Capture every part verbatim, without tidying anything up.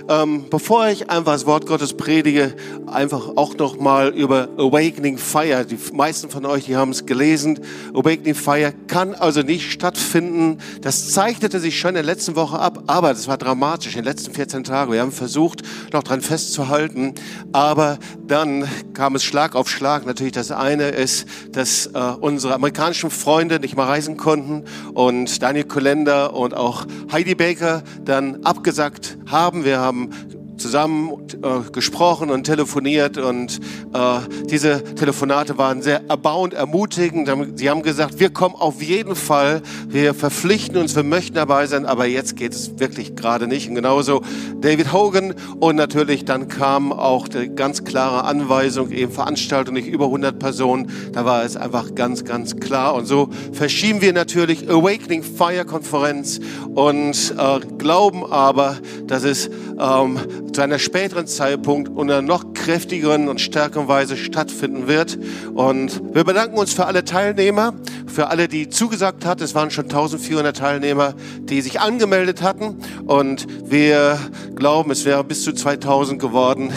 ähm, bevor ich einfach das Wort Gottes predige, einfach auch noch mal über Awakening Fire. Die meisten von euch, die haben es gelesen. Awakening Fire kann also nicht stattfinden. Das zeichnete sich schon in der letzten Woche ab, aber das war dramatisch in den letzten vierzehn Tagen. Wir haben versucht, noch dran festzuhalten, aber dann kam es Schlag auf Schlag. Natürlich das eine ist, dass äh, unsere amerikanischen Freunde nicht mal reisen konnten und Daniel Kolender und auch Heidi Baker dann abgesagt haben. Wir haben zusammen äh, gesprochen und telefoniert und äh, diese Telefonate waren sehr erbauend, ermutigend. Sie haben gesagt, wir kommen auf jeden Fall, wir verpflichten uns, wir möchten dabei sein, aber jetzt geht es wirklich gerade nicht. Und genauso David Hogan und natürlich dann kam auch die ganz klare Anweisung, eben Veranstaltung nicht über hundert Personen, da war es einfach ganz, ganz klar. Und so verschieben wir natürlich Awakening Fire Konferenz und äh, glauben aber, dass es ähm, zu einer späteren Zeitpunkt und einer noch kräftigeren und stärkeren Weise stattfinden wird. Und wir bedanken uns für alle Teilnehmer, für alle, die zugesagt hat. Es waren schon eintausendvierhundert Teilnehmer, die sich angemeldet hatten. Und wir glauben, es wäre bis zu zweitausend geworden.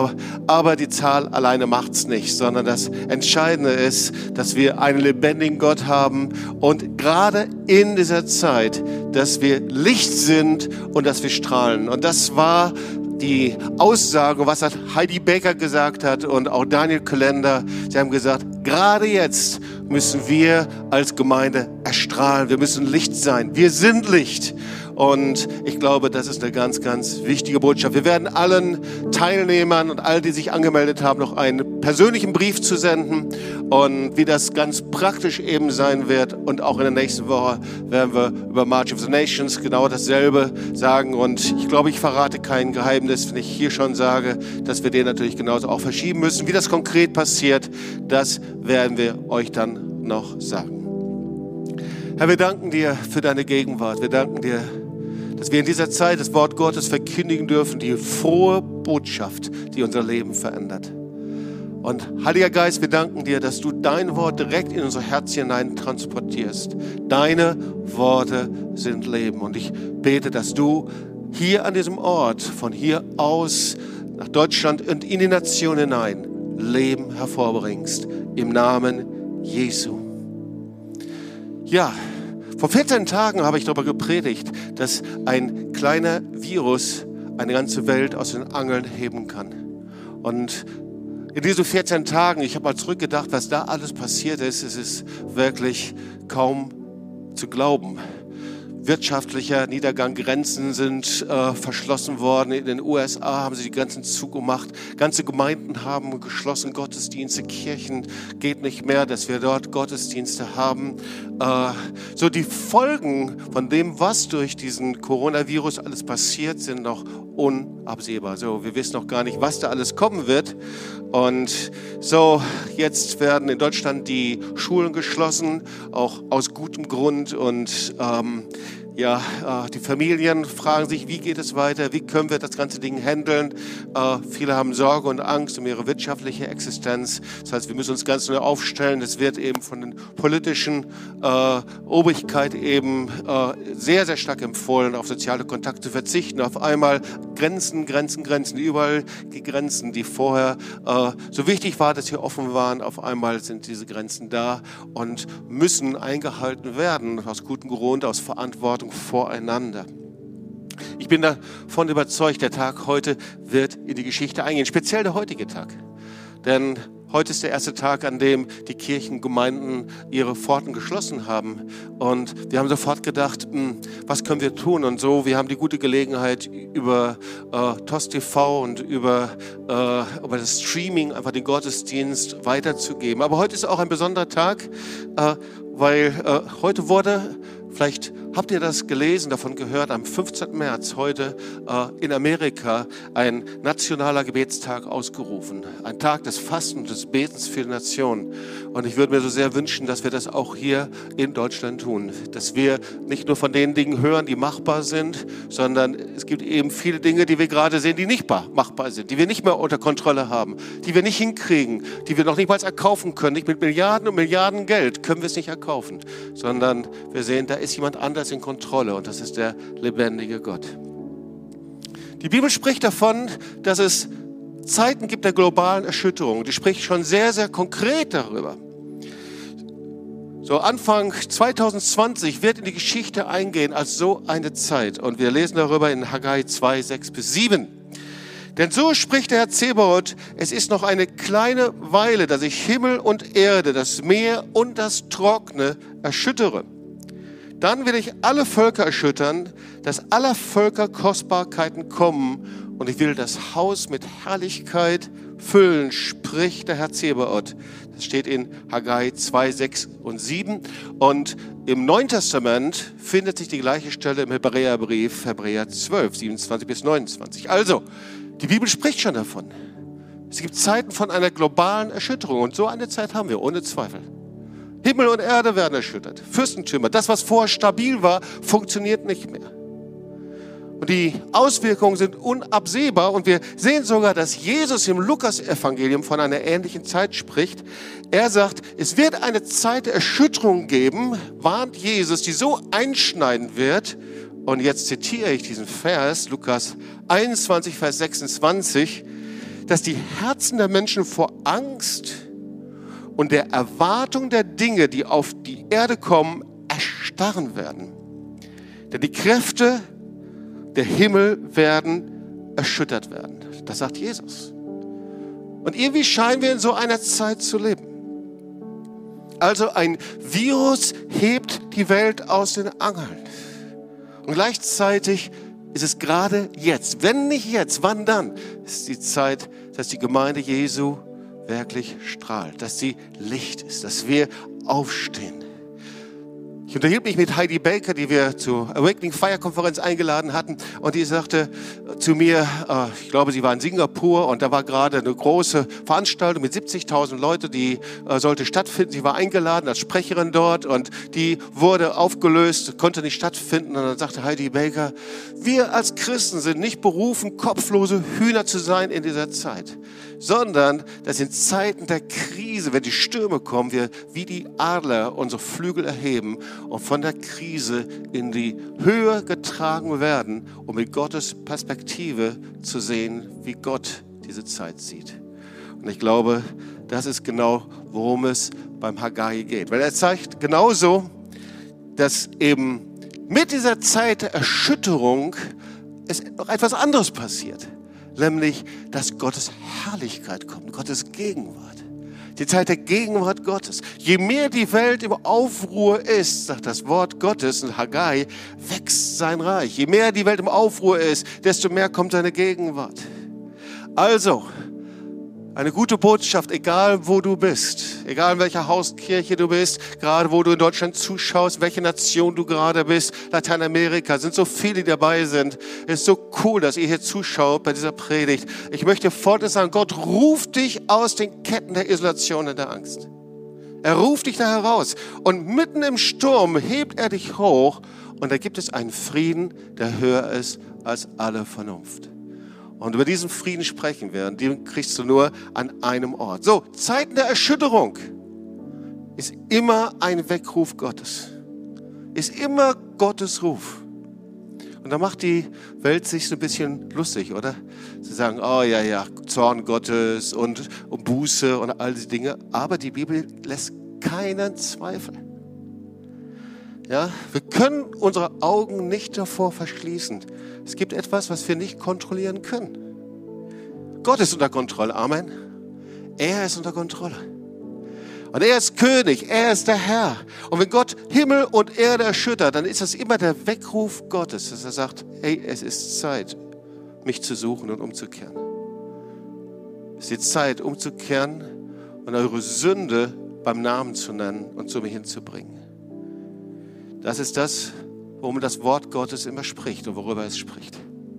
Aber die Zahl alleine macht's nicht, sondern das Entscheidende ist, dass wir einen lebendigen Gott haben und gerade in dieser Zeit, dass wir Licht sind und dass wir strahlen. Und das war die Aussage, was hat Heidi Baker gesagt hat und auch Daniel Kolender. Sie haben gesagt, gerade jetzt müssen wir als Gemeinde erstrahlen. Wir müssen Licht sein. Wir sind Licht. Und ich glaube, das ist eine ganz, ganz wichtige Botschaft. Wir werden allen Teilnehmern und all, die sich angemeldet haben, noch einen persönlichen Brief zu senden. Und wie das ganz praktisch eben sein wird. Und auch in der nächsten Woche werden wir über March of the Nations genau dasselbe sagen. Und ich glaube, ich verrate kein Geheimnis, wenn ich hier schon sage, dass wir den natürlich genauso auch verschieben müssen. Wie das konkret passiert, das werden wir euch dann noch sagen. Herr, wir danken dir für deine Gegenwart. Wir danken dir, dass wir in dieser Zeit das Wort Gottes verkündigen dürfen, die frohe Botschaft, die unser Leben verändert. Und Heiliger Geist, wir danken dir, dass du dein Wort direkt in unser Herz hinein transportierst. Deine Worte sind Leben. Und ich bete, dass du hier an diesem Ort, von hier aus nach Deutschland und in die Nation hinein, Leben hervorbringst. Im Namen Jesu. Ja, vor vierzehn Tagen habe ich darüber gepredigt, dass ein kleiner Virus eine ganze Welt aus den Angeln heben kann. Und in diesen vierzehn Tagen, ich habe mal zurückgedacht, was da alles passiert ist, es ist wirklich kaum zu glauben. Wirtschaftlicher Niedergang, Grenzen sind äh, verschlossen worden. In den U S A haben sie die Grenzen zugemacht. Ganze Gemeinden haben geschlossen, Gottesdienste, Kirchen geht nicht mehr, dass wir dort Gottesdienste haben. Äh, so die Folgen von dem, was durch diesen Coronavirus alles passiert, sind noch unabsehbar. So, wir wissen noch gar nicht, was da alles kommen wird. Und so, jetzt werden in Deutschland die Schulen geschlossen, auch aus gutem Grund. Und ähm, ja, äh, die Familien fragen sich, wie geht es weiter? Wie können wir das ganze Ding handeln? Äh, viele haben Sorge und Angst um ihre wirtschaftliche Existenz. Das heißt, wir müssen uns ganz neu aufstellen. Es wird eben von den politischen äh, Obrigkeit eben äh, sehr, sehr stark empfohlen, auf soziale Kontakte zu verzichten. Auf einmal Grenzen, Grenzen, Grenzen, überall die Grenzen, die vorher äh, so wichtig war, dass sie offen waren. Auf einmal sind diese Grenzen da und müssen eingehalten werden, aus gutem Grund, aus Verantwortung voreinander. Ich bin davon überzeugt, der Tag heute wird in die Geschichte eingehen, speziell der heutige Tag. Denn heute ist der erste Tag, an dem die Kirchengemeinden ihre Pforten geschlossen haben. Und wir haben sofort gedacht, was können wir tun? Und so, wir haben die gute Gelegenheit, über äh, T O S T V und über, äh, über das Streaming einfach den Gottesdienst weiterzugeben. Aber heute ist auch ein besonderer Tag, äh, weil äh, heute wurde, vielleicht habt ihr das gelesen, davon gehört, am fünfzehnten März heute äh, in Amerika ein nationaler Gebetstag ausgerufen. Ein Tag des Fastens und des Betens für die Nation. Und ich würde mir so sehr wünschen, dass wir das auch hier in Deutschland tun. Dass wir nicht nur von den Dingen hören, die machbar sind, sondern es gibt eben viele Dinge, die wir gerade sehen, die nicht machbar sind, die wir nicht mehr unter Kontrolle haben, die wir nicht hinkriegen, die wir noch nicht mal erkaufen können. Nicht mit Milliarden und Milliarden Geld können wir es nicht erkaufen, sondern wir sehen, da ist jemand anders in Kontrolle und das ist der lebendige Gott. Die Bibel spricht davon, dass es Zeiten gibt der globalen Erschütterung. Die spricht schon sehr, sehr konkret darüber. So Anfang zwanzig zwanzig wird in die Geschichte eingehen als so eine Zeit. Und wir lesen darüber in Haggai zwei, sechs bis sieben. Denn so spricht der Herr Zebaoth, es ist noch eine kleine Weile, dass ich Himmel und Erde, das Meer und das Trockene erschüttere. Dann will ich alle Völker erschüttern, dass aller Völker Kostbarkeiten kommen und ich will das Haus mit Herrlichkeit füllen, spricht der Herr Zebaoth. Das steht in Haggai zwei, sechs und sieben. Und im Neuen Testament findet sich die gleiche Stelle im Hebräerbrief, Hebräer zwölf, siebenundzwanzig bis neunundzwanzig. Also, die Bibel spricht schon davon. Es gibt Zeiten von einer globalen Erschütterung und so eine Zeit haben wir, ohne Zweifel. Himmel und Erde werden erschüttert. Fürstentümer, das, was vorher stabil war, funktioniert nicht mehr. Und die Auswirkungen sind unabsehbar und wir sehen sogar, dass Jesus im Lukas-Evangelium von einer ähnlichen Zeit spricht. Er sagt, es wird eine Zeit der Erschütterung geben, warnt Jesus, die so einschneidend wird. Und jetzt zitiere ich diesen Vers, Lukas einundzwanzig, Vers sechsundzwanzig, dass die Herzen der Menschen vor Angst und der Erwartung der Dinge, die auf die Erde kommen, erstarren werden. Denn die Kräfte der Himmel werden erschüttert werden. Das sagt Jesus. Und irgendwie scheinen wir in so einer Zeit zu leben. Also ein Virus hebt die Welt aus den Angeln. Und gleichzeitig ist es gerade jetzt, wenn nicht jetzt, wann dann, ist die Zeit, dass die Gemeinde Jesu wirklich strahlt, dass sie Licht ist, dass wir aufstehen. Ich unterhielt mich mit Heidi Baker, die wir zur Awakening Fire Konferenz eingeladen hatten, und die sagte zu mir, äh, ich glaube, sie war in Singapur und da war gerade eine große Veranstaltung mit siebzigtausend Leuten, die äh, sollte stattfinden. Sie war eingeladen als Sprecherin dort und die wurde aufgelöst, konnte nicht stattfinden. Und dann sagte Heidi Baker, wir als Christen sind nicht berufen, kopflose Hühner zu sein in dieser Zeit, sondern dass in Zeiten der Krise, wenn die Stürme kommen, wir wie die Adler unsere Flügel erheben und von der Krise in die Höhe getragen werden, um mit Gottes Perspektive zu sehen, wie Gott diese Zeit sieht. Und ich glaube, das ist genau, worum es beim Haggai geht. Weil er zeigt genauso, dass eben mit dieser Zeit der Erschütterung es noch etwas anderes passiert. Nämlich, dass Gottes Herrlichkeit kommt, Gottes Gegenwart. Die Zeit der Gegenwart Gottes. Je mehr die Welt im Aufruhr ist, sagt das Wort Gottes in Haggai, wächst sein Reich. Je mehr die Welt im Aufruhr ist, desto mehr kommt seine Gegenwart. Also, eine gute Botschaft, egal wo du bist, egal in welcher Hauskirche du bist, gerade wo du in Deutschland zuschaust, welche Nation du gerade bist, Lateinamerika, sind so viele, die dabei sind. Es ist so cool, dass ihr hier zuschaut bei dieser Predigt. Ich möchte Folgendes sagen, Gott ruft dich aus den Ketten der Isolation und der Angst. Er ruft dich da heraus und mitten im Sturm hebt er dich hoch und da gibt es einen Frieden, der höher ist als alle Vernunft. Und über diesen Frieden sprechen wir und den kriegst du nur an einem Ort. So, Zeiten der Erschütterung ist immer ein Weckruf Gottes. Ist immer Gottes Ruf. Und da macht die Welt sich so ein bisschen lustig, oder? Sie sagen, oh ja, ja, Zorn Gottes und, und Buße und all diese Dinge. Aber die Bibel lässt keinen Zweifel. Ja, wir können unsere Augen nicht davor verschließen. Es gibt etwas, was wir nicht kontrollieren können. Gott ist unter Kontrolle. Amen. Er ist unter Kontrolle. Und er ist König. Er ist der Herr. Und wenn Gott Himmel und Erde erschüttert, dann ist das immer der Weckruf Gottes, dass er sagt, hey, es ist Zeit, mich zu suchen und umzukehren. Es ist die Zeit, umzukehren und eure Sünde beim Namen zu nennen und zu mir hinzubringen. Das ist das, worum das Wort Gottes immer spricht und worüber es spricht.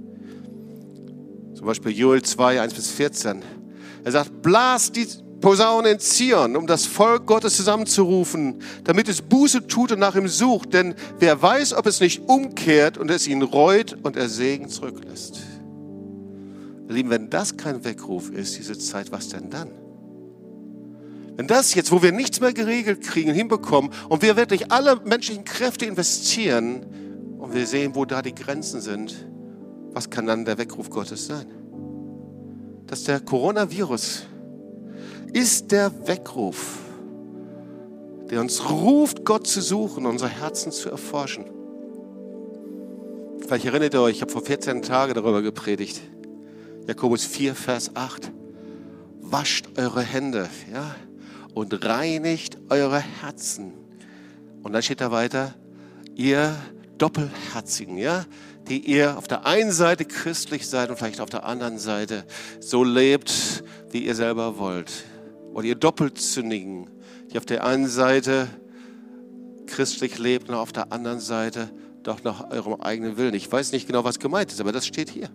Zum Beispiel Joel zwei, eins bis vierzehn. Er sagt, blas die Posaune in Zion, um das Volk Gottes zusammenzurufen, damit es Buße tut und nach ihm sucht. Denn wer weiß, ob es nicht umkehrt und es ihn reut und er Segen zurücklässt. Ihr Lieben, wenn das kein Weckruf ist, diese Zeit, was denn dann? Wenn das jetzt, wo wir nichts mehr geregelt kriegen, hinbekommen und wir wirklich alle menschlichen Kräfte investieren und wir sehen, wo da die Grenzen sind Was kann dann der Weckruf Gottes sein? Dass der Coronavirus ist der Weckruf, der uns ruft, Gott zu suchen, unsere Herzen zu erforschen. Vielleicht erinnert ihr euch, ich habe vor vierzehn Tagen darüber gepredigt. Jakobus vier, Vers acht. Wascht eure Hände, ja, und reinigt eure Herzen. Und dann steht da weiter, ihr Doppelherzigen, ja, die ihr auf der einen Seite christlich seid und vielleicht auf der anderen Seite so lebt, wie ihr selber wollt. Oder ihr Doppelzüngigen, die auf der einen Seite christlich lebt und auf der anderen Seite doch nach eurem eigenen Willen. Ich weiß nicht genau, was gemeint ist, aber das steht hier.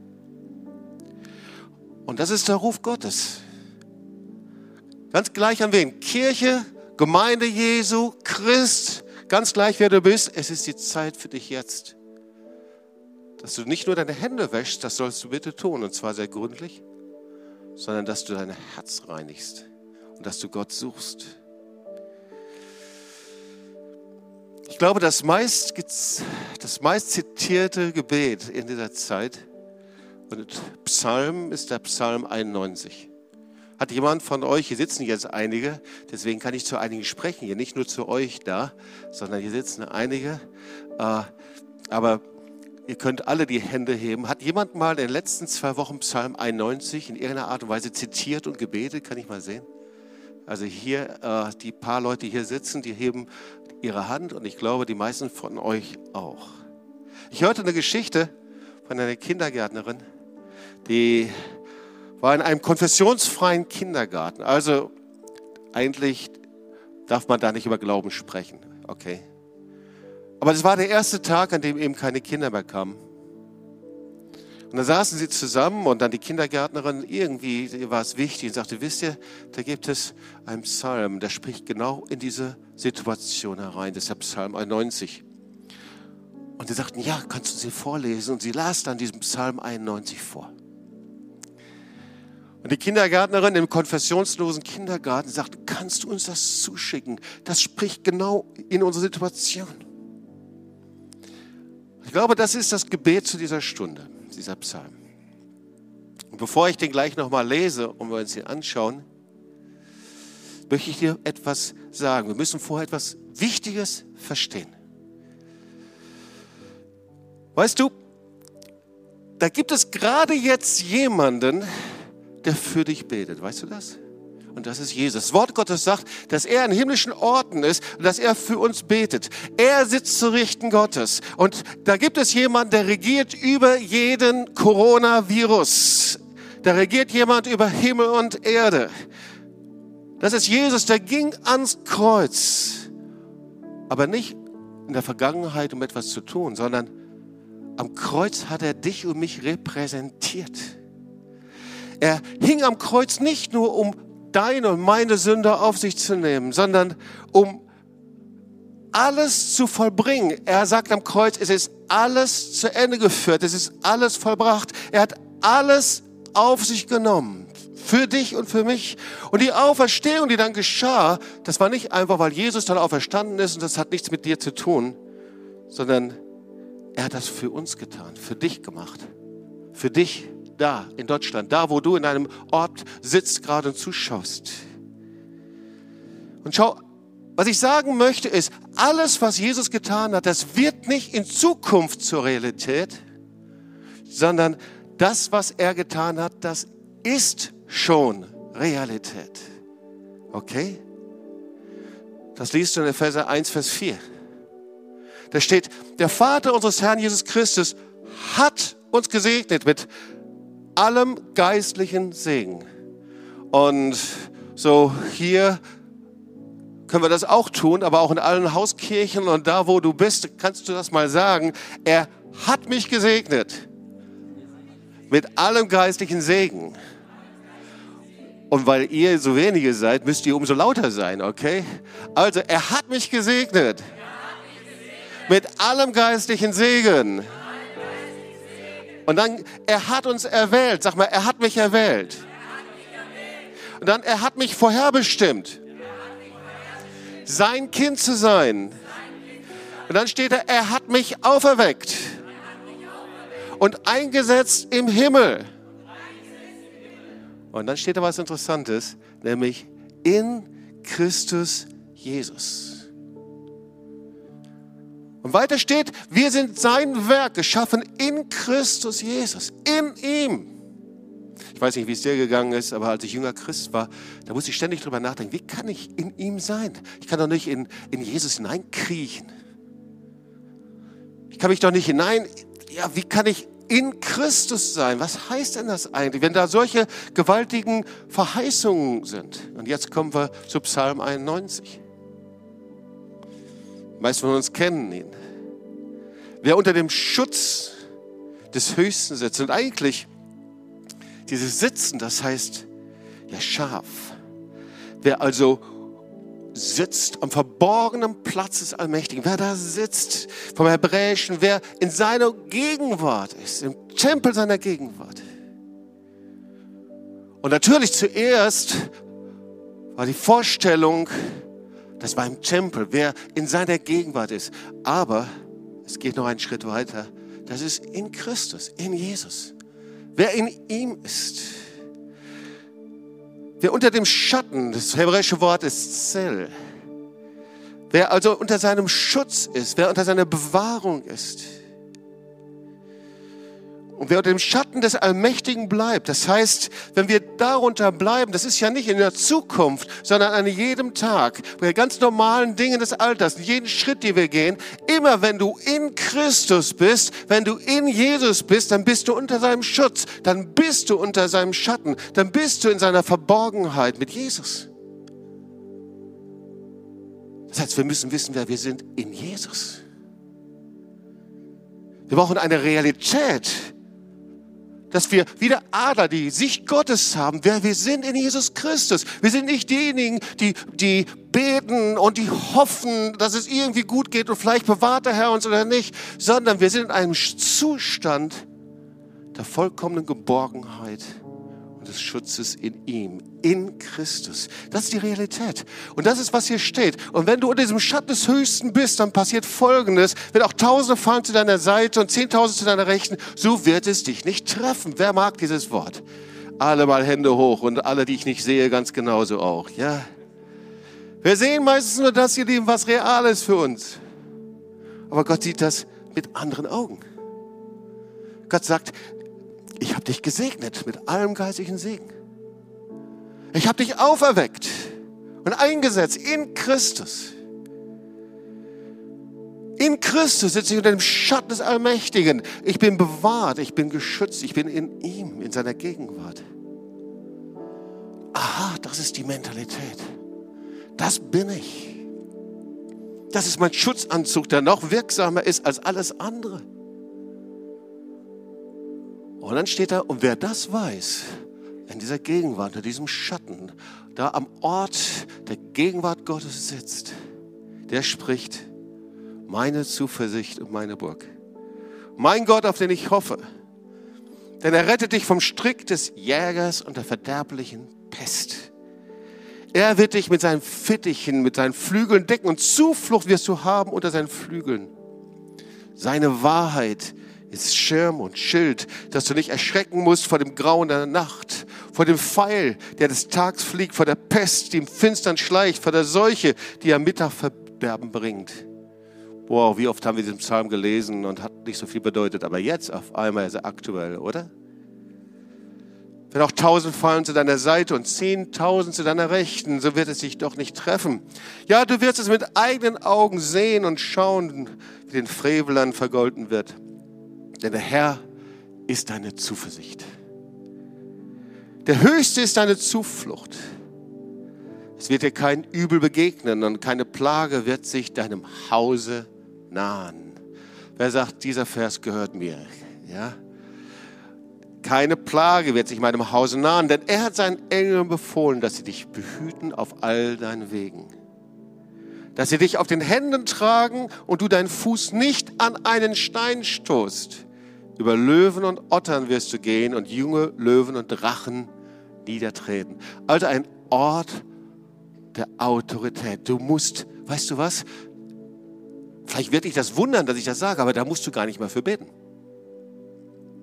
Und das ist der Ruf Gottes. Ganz gleich an wen? Kirche, Gemeinde Jesu, Christ, ganz gleich wer du bist. Es ist die Zeit für dich jetzt. Dass du nicht nur deine Hände wäschst, das sollst du bitte tun, und zwar sehr gründlich, sondern dass du dein Herz reinigst und dass du Gott suchst. Ich glaube, das meist, das meist zitierte Gebet in dieser Zeit und Psalm ist der Psalm einundneunzig. Hat jemand von euch, hier sitzen jetzt einige, deswegen kann ich zu einigen sprechen, hier nicht nur zu euch da, sondern hier sitzen einige, äh, aber ihr könnt alle die Hände heben. Hat jemand mal in den letzten zwei Wochen Psalm einundneunzig in irgendeiner Art und Weise zitiert und gebetet? Kann ich mal sehen? Also hier, äh, die paar Leute, die hier sitzen, die heben ihre Hand und ich glaube, die meisten von euch auch. Ich hörte eine Geschichte von einer Kindergärtnerin, die war in einem konfessionsfreien Kindergarten. Also eigentlich darf man da nicht über Glauben sprechen. Okay. Aber das war der erste Tag, an dem eben keine Kinder mehr kamen. Und dann saßen sie zusammen und dann die Kindergärtnerin, irgendwie war es wichtig und sagte, wisst ihr, da gibt es einen Psalm, der spricht genau in diese Situation herein. Das ist der Psalm einundneunzig. Und sie sagten, ja, kannst du sie vorlesen? Und sie las dann diesen Psalm einundneunzig vor. Und die Kindergärtnerin im konfessionslosen Kindergarten sagte, kannst du uns das zuschicken? Das spricht genau in unsere Situation. Ich glaube, das ist das Gebet zu dieser Stunde, dieser Psalm. Und bevor ich den gleich nochmal lese und wir uns den anschauen, möchte ich dir etwas sagen. Wir müssen vorher etwas Wichtiges verstehen. Weißt du, da gibt es gerade jetzt jemanden, der für dich betet. Weißt du das? Und das ist Jesus. Das Wort Gottes sagt, dass er in himmlischen Orten ist und dass er für uns betet. Er sitzt zu Richten Gottes. Und da gibt es jemanden, der regiert über jeden Coronavirus. Da regiert jemand über Himmel und Erde. Das ist Jesus, der ging ans Kreuz. Aber nicht in der Vergangenheit, um etwas zu tun, sondern am Kreuz hat er dich und mich repräsentiert. Er hing am Kreuz nicht nur, um deine und meine Sünde auf sich zu nehmen, sondern um alles zu vollbringen. Er sagt am Kreuz, es ist alles zu Ende geführt, es ist alles vollbracht. Er hat alles auf sich genommen, für dich und für mich. Und die Auferstehung, die dann geschah, das war nicht einfach, weil Jesus dann auferstanden ist und das hat nichts mit dir zu tun, sondern er hat das für uns getan, für dich gemacht, für dich da in Deutschland, da wo du in einem Ort sitzt gerade und zuschaust. Und schau, was ich sagen möchte ist, alles, was Jesus getan hat, das wird nicht in Zukunft zur Realität, sondern das, was er getan hat, das ist schon Realität. Okay? Das liest du in Epheser eins, Vers vier. Da steht, der Vater unseres Herrn Jesus Christus hat uns gesegnet mit allem geistlichen Segen. Und so hier können wir das auch tun, aber auch in allen Hauskirchen und da, wo du bist, kannst du das mal sagen. Er hat mich gesegnet mit allem geistlichen Segen. Und weil ihr so wenige seid, müsst ihr umso lauter sein, okay? Also, er hat mich gesegnet mit allem geistlichen Segen. Und dann, er hat uns erwählt. Sag mal, er hat mich erwählt. Und dann, er hat mich vorherbestimmt, sein Kind zu sein. Und dann steht da, er hat mich auferweckt. und eingesetzt im Himmel. Und dann steht da was Interessantes, nämlich in Christus Jesus. Und weiter steht, wir sind sein Werk, geschaffen in Christus Jesus, in ihm. Ich weiß nicht, wie es dir gegangen ist, aber als ich jünger Christ war, da musste ich ständig drüber nachdenken, wie kann ich in ihm sein? Ich kann doch nicht in, in Jesus hineinkriechen. Ich kann mich doch nicht hinein, ja, wie kann ich in Christus sein? Was heißt denn das eigentlich, wenn da solche gewaltigen Verheißungen sind? Und jetzt kommen wir zu Psalm einundneunzig. Die meisten von uns kennen ihn. Wer unter dem Schutz des Höchsten sitzt, und eigentlich dieses Sitzen, das heißt ja scharf. Wer also sitzt am verborgenen Platz des Allmächtigen, wer da sitzt vom Hebräischen, wer in seiner Gegenwart ist, im Tempel seiner Gegenwart. Und natürlich zuerst war die Vorstellung, das war im Tempel, wer in seiner Gegenwart ist. Aber es geht noch einen Schritt weiter. Das ist in Christus, in Jesus. Wer in ihm ist. Wer unter dem Schatten, das hebräische Wort ist Zell. Wer also unter seinem Schutz ist, wer unter seiner Bewahrung ist. Und wer unter dem Schatten des Allmächtigen bleibt, das heißt, wenn wir darunter bleiben, das ist ja nicht in der Zukunft, sondern an jedem Tag, bei ganz normalen Dingen des Alters, jeden Schritt, den wir gehen, immer wenn du in Christus bist, wenn du in Jesus bist, dann bist du unter seinem Schutz, dann bist du unter seinem Schatten, dann bist du in seiner Verborgenheit mit Jesus. Das heißt, wir müssen wissen, wer wir sind in Jesus. Wir brauchen eine Realität, dass wir wie der Adler die Sicht Gottes haben, wer wir sind in Jesus Christus. Wir sind nicht diejenigen, die, die beten und die hoffen, dass es irgendwie gut geht und vielleicht bewahrt der Herr uns oder nicht, sondern wir sind in einem Zustand der vollkommenen Geborgenheit und des Schutzes in ihm, in Christus. Das ist die Realität. Und das ist, was hier steht. Und wenn du unter diesem Schatten des Höchsten bist, dann passiert Folgendes. Wenn auch Tausende fallen zu deiner Seite und Zehntausende zu deiner Rechten, so wird es dich nicht treffen. Wer mag dieses Wort? Alle mal Hände hoch und alle, die ich nicht sehe, ganz genauso auch. Ja. Wir sehen meistens nur das, ihr Lieben, was real ist für uns. Aber Gott sieht das mit anderen Augen. Gott sagt, ich habe dich gesegnet mit allem geistlichen Segen. Ich habe dich auferweckt und eingesetzt in Christus. In Christus sitze ich unter dem Schatten des Allmächtigen. Ich bin bewahrt, ich bin geschützt, ich bin in ihm, in seiner Gegenwart. Aha, das ist die Mentalität. Das bin ich. Das ist mein Schutzanzug, der noch wirksamer ist als alles andere. Und dann steht da, und wer das weiß, in dieser Gegenwart, in diesem Schatten, da am Ort der Gegenwart Gottes sitzt, der spricht, meine Zuversicht und meine Burg. Mein Gott, auf den ich hoffe. Denn er rettet dich vom Strick des Jägers und der verderblichen Pest. Er wird dich mit seinen Fittichen, mit seinen Flügeln decken und Zuflucht wirst du haben unter seinen Flügeln. Seine Wahrheit ist Schirm und Schild, dass du nicht erschrecken musst vor dem Grauen der Nacht, vor dem Pfeil, der des Tags fliegt, vor der Pest, die im Finstern schleicht, vor der Seuche, die am Mittag Verderben bringt. Wow, wie oft haben wir diesen Psalm gelesen und hat nicht so viel bedeutet, aber jetzt auf einmal ist er aktuell, oder? Wenn auch tausend fallen zu deiner Seite und zehntausend zu deiner Rechten, so wird es dich doch nicht treffen. Ja, du wirst es mit eigenen Augen sehen und schauen, wie den Frevelern vergolten wird. Denn der Herr ist deine Zuversicht. Der Höchste ist deine Zuflucht. Es wird dir kein Übel begegnen und keine Plage wird sich deinem Hause nahen. Wer sagt, dieser Vers gehört mir? Ja? Keine Plage wird sich meinem Hause nahen, denn er hat seinen Engeln befohlen, dass sie dich behüten auf all deinen Wegen. Dass sie dich auf den Händen tragen und du deinen Fuß nicht an einen Stein stoßt. Über Löwen und Ottern wirst du gehen und junge Löwen und Drachen niedertreten. Also ein Ort der Autorität. Du musst, weißt du was? Vielleicht wird dich das wundern, dass ich das sage, aber da musst du gar nicht mehr für beten.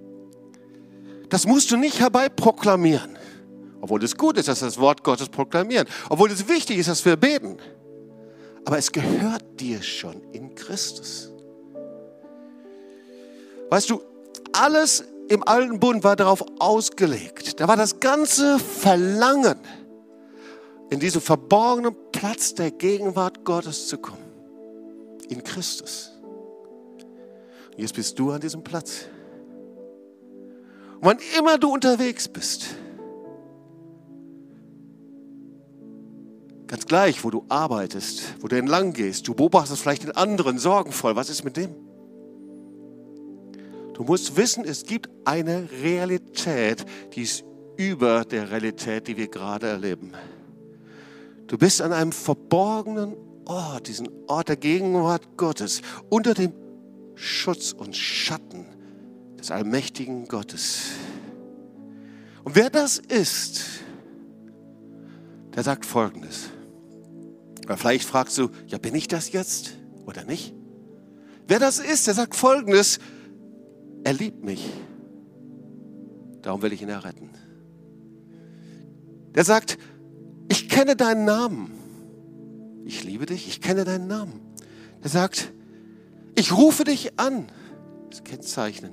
Das musst du nicht herbeiproklamieren. Obwohl es gut ist, dass wir das Wort Gottes proklamieren. Obwohl es wichtig ist, dass wir beten. Aber es gehört dir schon in Christus. Weißt du, alles im Alten Bund war darauf ausgelegt. Da war das ganze Verlangen, in diesen verborgenen Platz der Gegenwart Gottes zu kommen. In Christus. Und jetzt bist du an diesem Platz. Und wann immer du unterwegs bist, ganz gleich, wo du arbeitest, wo du entlang gehst, du beobachtest vielleicht den anderen sorgenvoll, was ist mit dem? Du musst wissen, es gibt eine Realität, die ist über der Realität, die wir gerade erleben. Du bist an einem verborgenen Ort, diesen Ort der Gegenwart Gottes, unter dem Schutz und Schatten des allmächtigen Gottes. Und wer das ist, der sagt Folgendes. Oder vielleicht fragst du, ja, bin ich das jetzt oder nicht? Wer das ist, der sagt Folgendes: Er liebt mich, darum will ich ihn erretten. Der sagt, ich kenne deinen Namen. Ich liebe dich, ich kenne deinen Namen. Der sagt, ich rufe dich an. Das Kennzeichnen.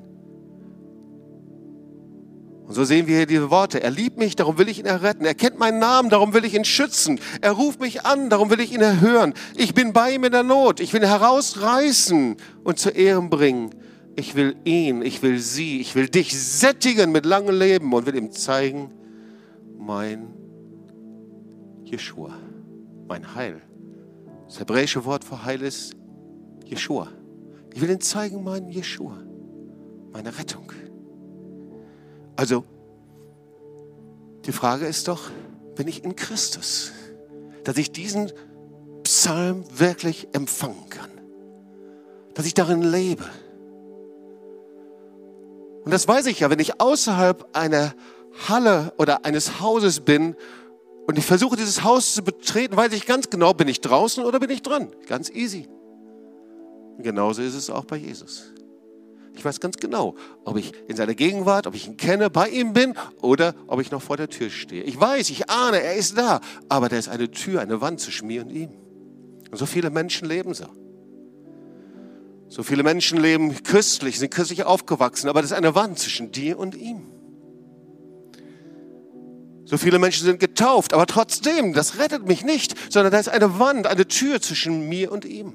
Und so sehen wir hier diese Worte. Er liebt mich, darum will ich ihn erretten. Er kennt meinen Namen, darum will ich ihn schützen. Er ruft mich an, darum will ich ihn erhören. Ich bin bei ihm in der Not. Ich will ihn herausreißen und zu Ehren bringen. Ich will ihn, ich will sie, ich will dich sättigen mit langem Leben und will ihm zeigen, mein Jeschua, mein Heil. Das hebräische Wort für Heil ist Jeschua. Ich will ihm zeigen, mein Jeschua, meine Rettung. Also, die Frage ist doch, bin ich in Christus, dass ich diesen Psalm wirklich empfangen kann, dass ich darin lebe. Und das weiß ich ja, wenn ich außerhalb einer Halle oder eines Hauses bin und ich versuche, dieses Haus zu betreten, weiß ich ganz genau, bin ich draußen oder bin ich dran? Ganz easy. Und genauso ist es auch bei Jesus. Ich weiß ganz genau, ob ich in seiner Gegenwart, ob ich ihn kenne, bei ihm bin oder ob ich noch vor der Tür stehe. Ich weiß, ich ahne, er ist da, aber da ist eine Tür, eine Wand zwischen mir und ihm. Und so viele Menschen leben so. So viele Menschen leben christlich, sind christlich aufgewachsen, aber das ist eine Wand zwischen dir und ihm. So viele Menschen sind getauft, aber trotzdem, das rettet mich nicht, sondern da ist eine Wand, eine Tür zwischen mir und ihm.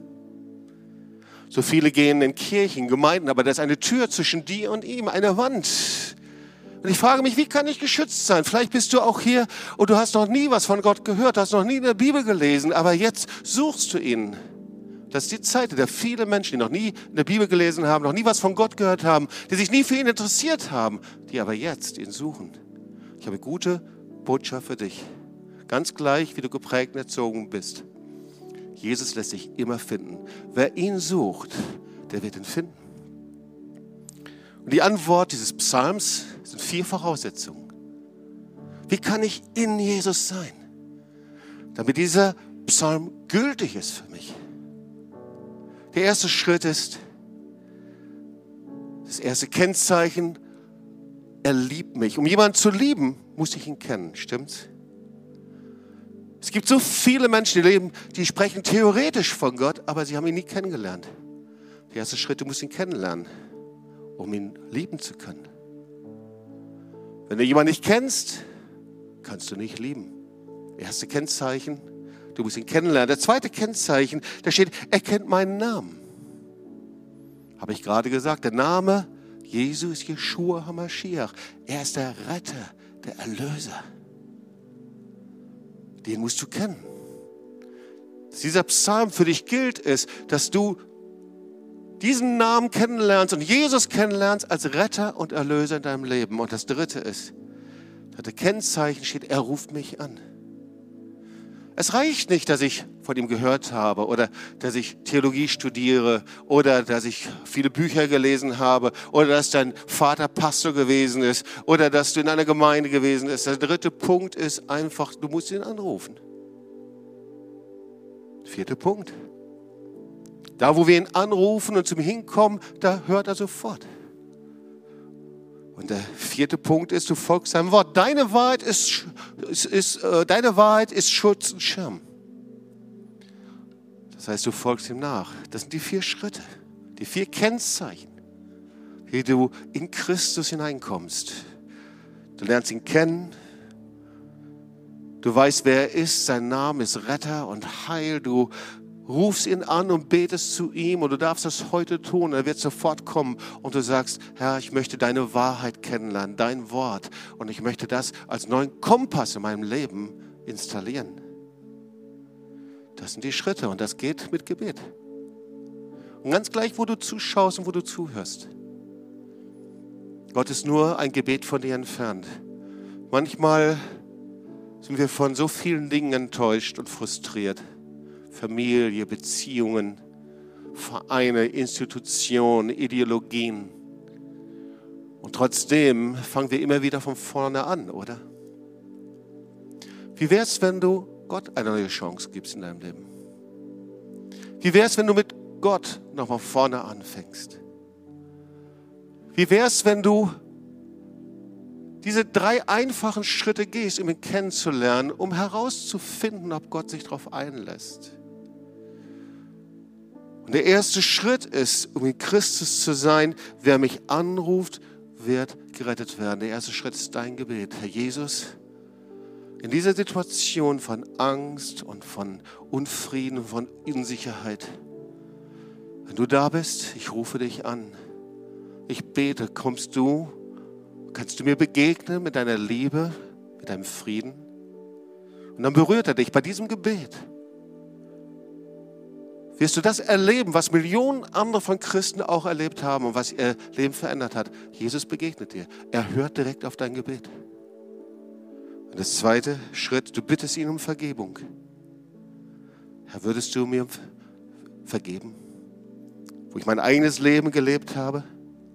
So viele gehen in Kirchen, Gemeinden, aber da ist eine Tür zwischen dir und ihm, eine Wand. Und ich frage mich, wie kann ich geschützt sein? Vielleicht bist du auch hier und du hast noch nie was von Gott gehört, hast noch nie in der Bibel gelesen, aber jetzt suchst du ihn. Das ist die Zeit, in der viele Menschen, die noch nie in der Bibel gelesen haben, noch nie was von Gott gehört haben, die sich nie für ihn interessiert haben, die aber jetzt ihn suchen. Ich habe gute Botschaft für dich. Ganz gleich, wie du geprägt und erzogen bist. Jesus lässt sich immer finden. Wer ihn sucht, der wird ihn finden. Und die Antwort dieses Psalms sind vier Voraussetzungen. Wie kann ich in Jesus sein, damit dieser Psalm gültig ist für mich? Der erste Schritt ist, das erste Kennzeichen, er liebt mich. Um jemanden zu lieben, muss ich ihn kennen, stimmt's? Es gibt so viele Menschen, die leben, die sprechen theoretisch von Gott, aber sie haben ihn nie kennengelernt. Der erste Schritt, du musst ihn kennenlernen, um ihn lieben zu können. Wenn du jemanden nicht kennst, kannst du nicht lieben. Erste Kennzeichen, du musst ihn kennenlernen. Der zweite Kennzeichen, da steht, er kennt meinen Namen. Habe ich gerade gesagt, der Name Jesu ist Jeschua HaMashiach. Er ist der Retter, der Erlöser. Den musst du kennen. Dass dieser Psalm für dich gilt, ist, dass du diesen Namen kennenlernst und Jesus kennenlernst als Retter und Erlöser in deinem Leben. Und das dritte ist, das Kennzeichen steht, er ruft mich an. Es reicht nicht, dass ich von ihm gehört habe oder dass ich Theologie studiere oder dass ich viele Bücher gelesen habe oder dass dein Vater Pastor gewesen ist oder dass du in einer Gemeinde gewesen bist. Der dritte Punkt ist einfach, du musst ihn anrufen. Vierter Punkt. Da, wo wir ihn anrufen und zum Hinkommen, da hört er sofort. Und der vierte Punkt ist, du folgst seinem Wort. Deine Wahrheit ist, ist, ist, äh, deine Wahrheit ist Schutz und Schirm. Das heißt, du folgst ihm nach. Das sind die vier Schritte, die vier Kennzeichen, wie du in Christus hineinkommst. Du lernst ihn kennen. Du weißt, wer er ist. Sein Name ist Retter und Heil. Du rufst ihn an und betest zu ihm und du darfst das heute tun. Er wird sofort kommen und du sagst, Herr, ich möchte deine Wahrheit kennenlernen, dein Wort. Und ich möchte das als neuen Kompass in meinem Leben installieren. Das sind die Schritte und das geht mit Gebet. Und ganz gleich, wo du zuschaust und wo du zuhörst. Gott ist nur ein Gebet von dir entfernt. Manchmal sind wir von so vielen Dingen enttäuscht und frustriert. Familie, Beziehungen, Vereine, Institutionen, Ideologien. Und trotzdem fangen wir immer wieder von vorne an, oder? Wie wäre es, wenn du Gott eine neue Chance gibst in deinem Leben? Wie wäre es, wenn du mit Gott nochmal vorne anfängst? Wie wäre es, wenn du diese drei einfachen Schritte gehst, um ihn kennenzulernen, um herauszufinden, ob Gott sich darauf einlässt? Und der erste Schritt ist, um in Christus zu sein, wer mich anruft, wird gerettet werden. Der erste Schritt ist dein Gebet. Herr Jesus, in dieser Situation von Angst und von Unfrieden und von Unsicherheit, wenn du da bist, ich rufe dich an. Ich bete, kommst du, kannst du mir begegnen mit deiner Liebe, mit deinem Frieden? Und dann berührt er dich bei diesem Gebet. Wirst du das erleben, was Millionen andere von Christen auch erlebt haben und was ihr Leben verändert hat. Jesus begegnet dir. Er hört direkt auf dein Gebet. Und das zweite Schritt, du bittest ihn um Vergebung. Herr, würdest du mir vergeben, wo ich mein eigenes Leben gelebt habe?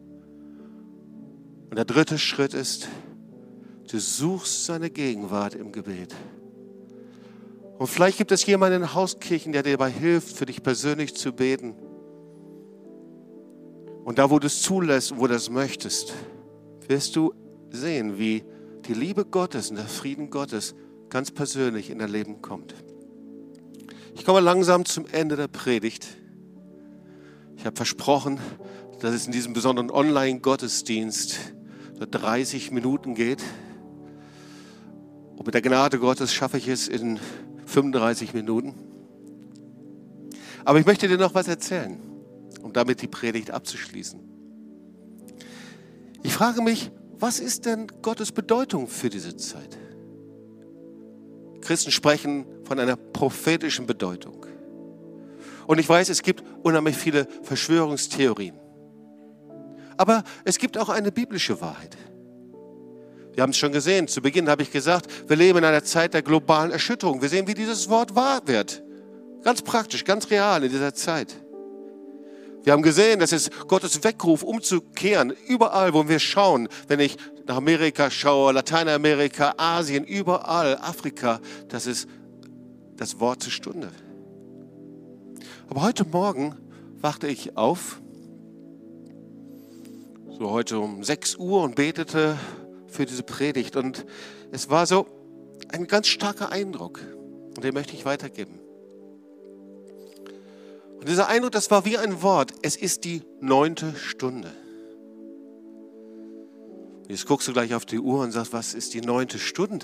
Und der dritte Schritt ist, du suchst seine Gegenwart im Gebet. Und vielleicht gibt es jemanden in Hauskirchen, der dir dabei hilft, für dich persönlich zu beten. Und da, wo du es zulässt und wo du es möchtest, wirst du sehen, wie die Liebe Gottes und der Frieden Gottes ganz persönlich in dein Leben kommt. Ich komme langsam zum Ende der Predigt. Ich habe versprochen, dass es in diesem besonderen Online-Gottesdienst nur dreißig Minuten geht. Und mit der Gnade Gottes schaffe ich es in fünfunddreißig Minuten. Aber ich möchte dir noch was erzählen, um damit die Predigt abzuschließen. Ich frage mich, was ist denn Gottes Bedeutung für diese Zeit? Christen sprechen von einer prophetischen Bedeutung. Und ich weiß, es gibt unheimlich viele Verschwörungstheorien. Aber es gibt auch eine biblische Wahrheit. Wir haben es schon gesehen, zu Beginn habe ich gesagt, wir leben in einer Zeit der globalen Erschütterung. Wir sehen, wie dieses Wort wahr wird. Ganz praktisch, ganz real in dieser Zeit. Wir haben gesehen, dass es Gottes Weckruf umzukehren, überall, wo wir schauen, wenn ich nach Amerika schaue, Lateinamerika, Asien, überall, Afrika, das ist das Wort zur Stunde. Aber heute Morgen wachte ich auf, so heute um sechs Uhr und betete für diese Predigt. Und es war so ein ganz starker Eindruck. Und den möchte ich weitergeben. Und dieser Eindruck, das war wie ein Wort. Es ist die neunte Stunde. Jetzt guckst du gleich auf die Uhr und sagst, was ist die neunte Stunde?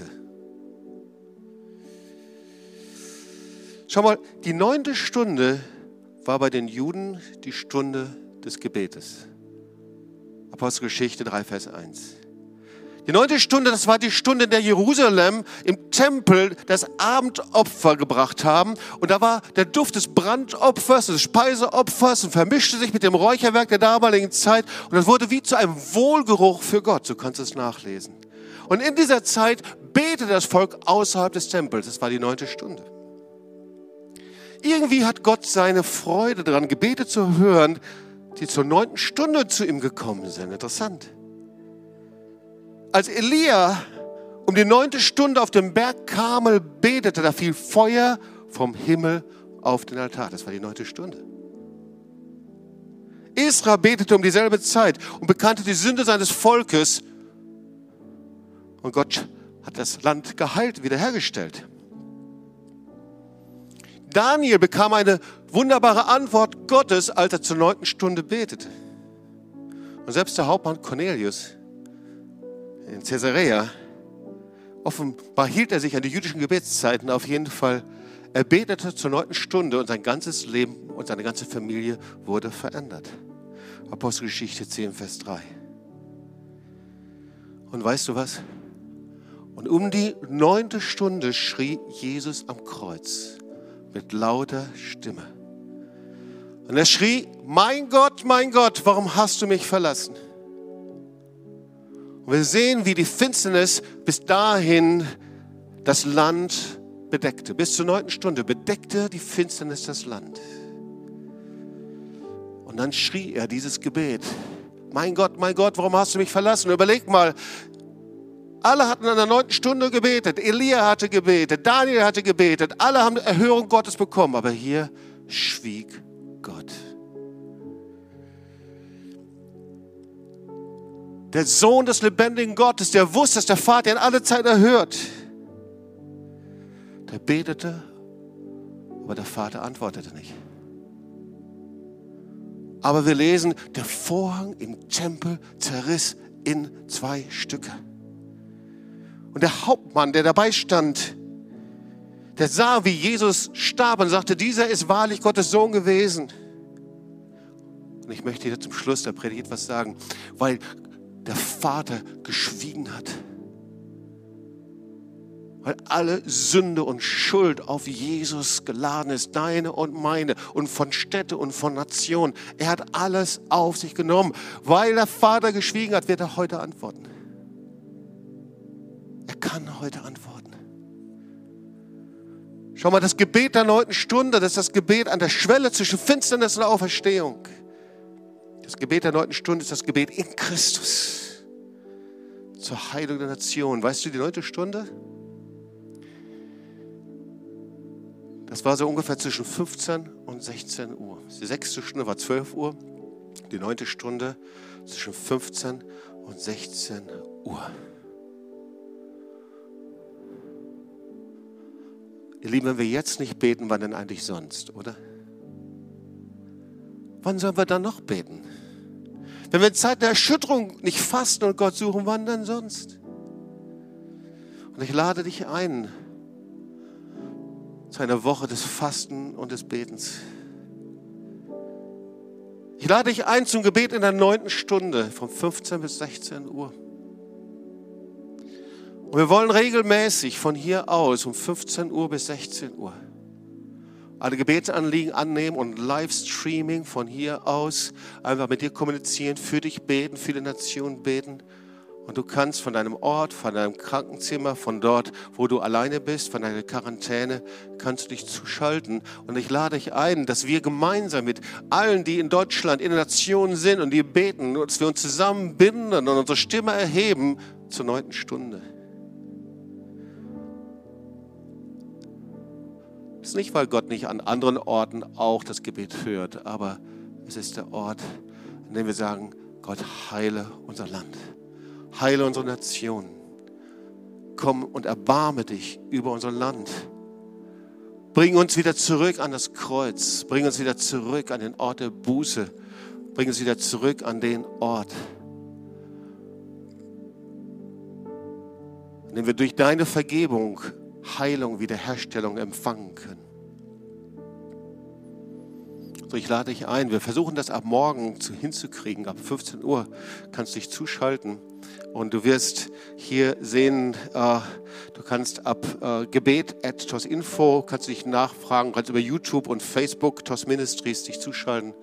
Schau mal, die neunte Stunde war bei den Juden die Stunde des Gebetes. Apostelgeschichte drei, Vers eins. Die neunte Stunde, das war die Stunde, in der Jerusalem im Tempel das Abendopfer gebracht haben. Und da war der Duft des Brandopfers, des Speiseopfers und vermischte sich mit dem Räucherwerk der damaligen Zeit. Und das wurde wie zu einem Wohlgeruch für Gott. So kannst du es nachlesen. Und in dieser Zeit betete das Volk außerhalb des Tempels. Das war die neunte Stunde. Irgendwie hat Gott seine Freude daran, Gebete zu hören, die zur neunten Stunde zu ihm gekommen sind. Interessant. Als Elia um die neunte Stunde auf dem Berg Karmel betete, da fiel Feuer vom Himmel auf den Altar. Das war die neunte Stunde. Esra betete um dieselbe Zeit und bekannte die Sünde seines Volkes. Und Gott hat das Land geheilt, wiederhergestellt. Daniel bekam eine wunderbare Antwort Gottes, als er zur neunten Stunde betete. Und selbst der Hauptmann Cornelius in Caesarea, offenbar hielt er sich an die jüdischen Gebetszeiten. Auf jeden Fall, er betete zur neunten Stunde und sein ganzes Leben und seine ganze Familie wurde verändert. Apostelgeschichte zehn, Vers drei. Und weißt du was? Und um die neunte Stunde schrie Jesus am Kreuz mit lauter Stimme. Und er schrie, mein Gott, mein Gott, warum hast du mich verlassen? Und wir sehen, wie die Finsternis bis dahin das Land bedeckte. Bis zur neunten Stunde bedeckte die Finsternis das Land. Und dann schrie er dieses Gebet. Mein Gott, mein Gott, warum hast du mich verlassen? Und überleg mal, alle hatten an der neunten Stunde gebetet. Elia hatte gebetet, Daniel hatte gebetet. Alle haben Erhörung Gottes bekommen. Aber hier schwieg Gott. Der Sohn des lebendigen Gottes, der wusste, dass der Vater ihn alle Zeit erhört. Der betete, aber der Vater antwortete nicht. Aber wir lesen, der Vorhang im Tempel zerriss in zwei Stücke. Und der Hauptmann, der dabei stand, der sah, wie Jesus starb und sagte, dieser ist wahrlich Gottes Sohn gewesen. Und ich möchte dir zum Schluss der Predigt etwas sagen, weil der Vater geschwiegen hat. Weil alle Sünde und Schuld auf Jesus geladen ist, deine und meine und von Städte und von Nationen. Er hat alles auf sich genommen. Weil der Vater geschwiegen hat, wird er heute antworten. Er kann heute antworten. Schau mal, das Gebet der neunten Stunde, das ist das Gebet an der Schwelle zwischen Finsternis und Auferstehung. Das Gebet der neunten Stunde ist das Gebet in Christus zur Heilung der Nation. Weißt du, die neunte Stunde? Das war so ungefähr zwischen fünfzehn und sechzehn Uhr. Die sechste Stunde war zwölf Uhr, die neunte Stunde zwischen fünfzehn und sechzehn Uhr. Ihr Lieben, wenn wir jetzt nicht beten, wann denn eigentlich sonst, oder? Wann sollen wir dann noch beten? Wenn wir in Zeit der Erschütterung nicht fasten und Gott suchen, wann denn sonst? Und ich lade dich ein zu einer Woche des Fasten und des Betens. Ich lade dich ein zum Gebet in der neunten Stunde von fünfzehn bis sechzehn Uhr. Und wir wollen regelmäßig von hier aus um fünfzehn Uhr bis sechzehn Uhr alle Gebetsanliegen annehmen und Livestreaming von hier aus einfach mit dir kommunizieren, für dich beten, für die Nation beten. Und du kannst von deinem Ort, von deinem Krankenzimmer, von dort, wo du alleine bist, von deiner Quarantäne, kannst du dich zuschalten. Und ich lade dich ein, dass wir gemeinsam mit allen, die in Deutschland, in der Nation sind und die beten, dass wir uns zusammenbinden und unsere Stimme erheben zur neunten Stunde. Es ist nicht, weil Gott nicht an anderen Orten auch das Gebet hört, aber es ist der Ort, an dem wir sagen, Gott, heile unser Land. Heile unsere Nation. Komm und erbarme dich über unser Land. Bring uns wieder zurück an das Kreuz. Bring uns wieder zurück an den Ort der Buße. Bring uns wieder zurück an den Ort, an dem wir durch deine Vergebung Heilung, Wiederherstellung empfangen können. So, ich lade dich ein. Wir versuchen das ab morgen zu, hinzukriegen. Ab fünfzehn Uhr kannst du dich zuschalten und du wirst hier sehen, äh, du kannst ab äh, gebet at tosinfo, kannst du dich nachfragen, kannst über YouTube und Facebook, Tos Ministries, dich zuschalten.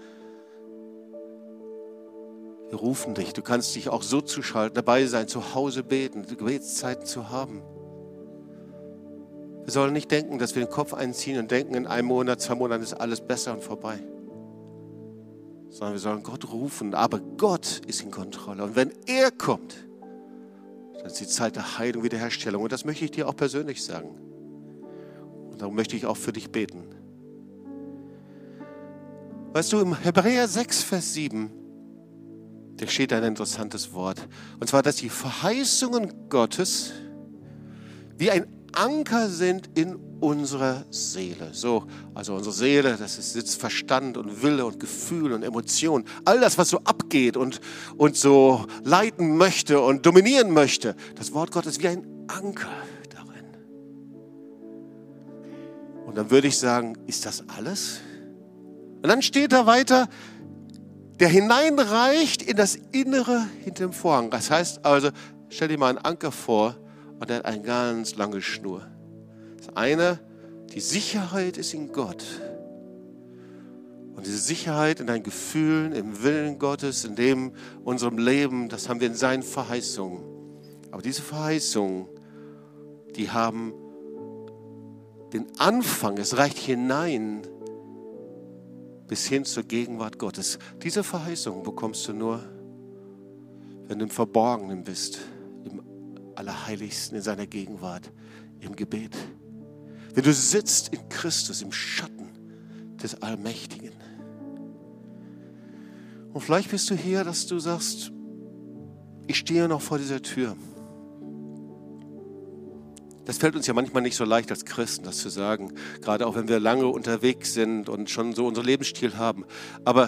Wir rufen dich. Du kannst dich auch so zuschalten, dabei sein, zu Hause beten, Gebetszeiten zu haben. Wir sollen nicht denken, dass wir den Kopf einziehen und denken, in einem Monat, zwei Monaten ist alles besser und vorbei. Sondern wir sollen Gott rufen. Aber Gott ist in Kontrolle. Und wenn er kommt, dann ist die Zeit der Heilung, Wiederherstellung. Und das möchte ich dir auch persönlich sagen. Und darum möchte ich auch für dich beten. Weißt du, im Hebräer sechs, Vers sieben, da steht ein interessantes Wort. Und zwar, dass die Verheißungen Gottes wie ein Anker sind in unserer Seele. So, also unsere Seele, das ist jetzt Verstand und Wille und Gefühl und Emotion. All das, was so abgeht und, und so leiten möchte und dominieren möchte. Das Wort Gottes wie ein Anker darin. Und dann würde ich sagen, ist das alles? Und dann steht da weiter, der hineinreicht in das Innere hinter dem Vorhang. Das heißt also, stell dir mal einen Anker vor und der hat eine ganz lange Schnur. Das eine, die Sicherheit ist in Gott. Und diese Sicherheit in deinen Gefühlen, im Willen Gottes, in dem unserem Leben, das haben wir in seinen Verheißungen. Aber diese Verheißungen, die haben den Anfang, es reicht hinein bis hin zur Gegenwart Gottes. Diese Verheißung bekommst du nur, wenn du im Verborgenen bist, im Allerheiligsten, in seiner Gegenwart, im Gebet. Wenn du sitzt in Christus, im Schatten des Allmächtigen. Und vielleicht bist du hier, dass du sagst, ich stehe noch vor dieser Tür. Das fällt uns ja manchmal nicht so leicht als Christen, das zu sagen. Gerade auch wenn wir lange unterwegs sind und schon so unseren Lebensstil haben. Aber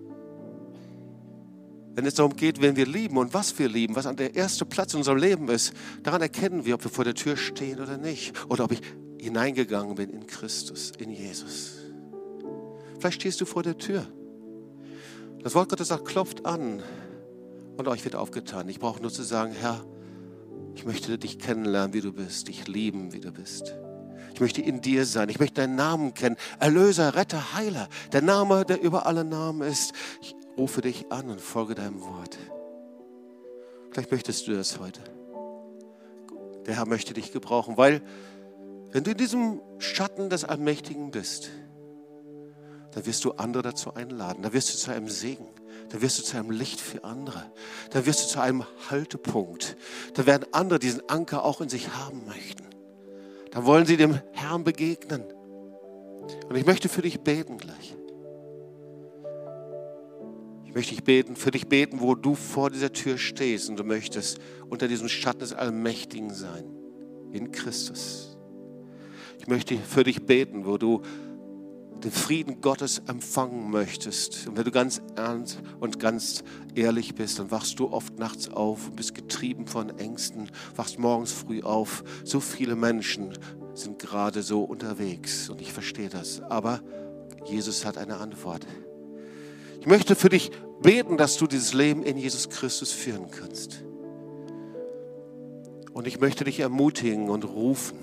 wenn es darum geht, wen wir lieben und was wir lieben, was an der erste Platz in unserem Leben ist, daran erkennen wir, ob wir vor der Tür stehen oder nicht. Oder ob ich hineingegangen bin in Christus, in Jesus. Vielleicht stehst du vor der Tür. Das Wort Gottes sagt, klopft an und euch wird aufgetan. Ich brauche nur zu sagen, Herr, ich möchte dich kennenlernen, wie du bist, dich lieben, wie du bist. Ich möchte in dir sein, ich möchte deinen Namen kennen. Erlöser, Retter, Heiler, der Name, der über alle Namen ist. Ich rufe dich an und folge deinem Wort. Vielleicht möchtest du das heute. Der Herr möchte dich gebrauchen, weil wenn du in diesem Schatten des Allmächtigen bist, dann wirst du andere dazu einladen. Dann wirst du zu einem Segen. Dann wirst du zu einem Licht für andere. Dann wirst du zu einem Haltepunkt. Dann werden andere diesen Anker auch in sich haben möchten. Dann wollen sie dem Herrn begegnen. Und ich möchte für dich beten gleich. Ich möchte dich beten, für dich beten, wo du vor dieser Tür stehst und du möchtest unter diesem Schatten des Allmächtigen sein. In Christus. Ich möchte für dich beten, wo du den Frieden Gottes empfangen möchtest. Und wenn du ganz ernst und ganz ehrlich bist, dann wachst du oft nachts auf und bist getrieben von Ängsten, wachst morgens früh auf. So viele Menschen sind gerade so unterwegs und ich verstehe das. Aber Jesus hat eine Antwort. Ich möchte für dich beten, dass du dieses Leben in Jesus Christus führen kannst. Und ich möchte dich ermutigen und rufen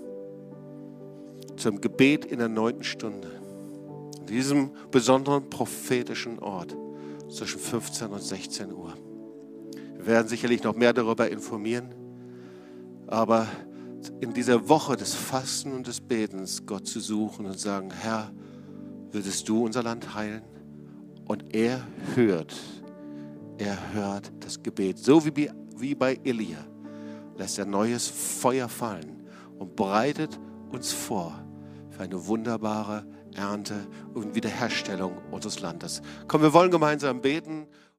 zum Gebet in der neunten Stunde. In diesem besonderen prophetischen Ort zwischen fünfzehn und sechzehn Uhr. Wir werden sicherlich noch mehr darüber informieren, aber in dieser Woche des Fasten und des Betens Gott zu suchen und sagen, Herr, würdest du unser Land heilen? Und er hört, er hört das Gebet. So wie, wie bei Elia lässt er neues Feuer fallen und bereitet uns vor für eine wunderbare Ernte und Wiederherstellung unseres Landes. Komm, wir wollen gemeinsam beten.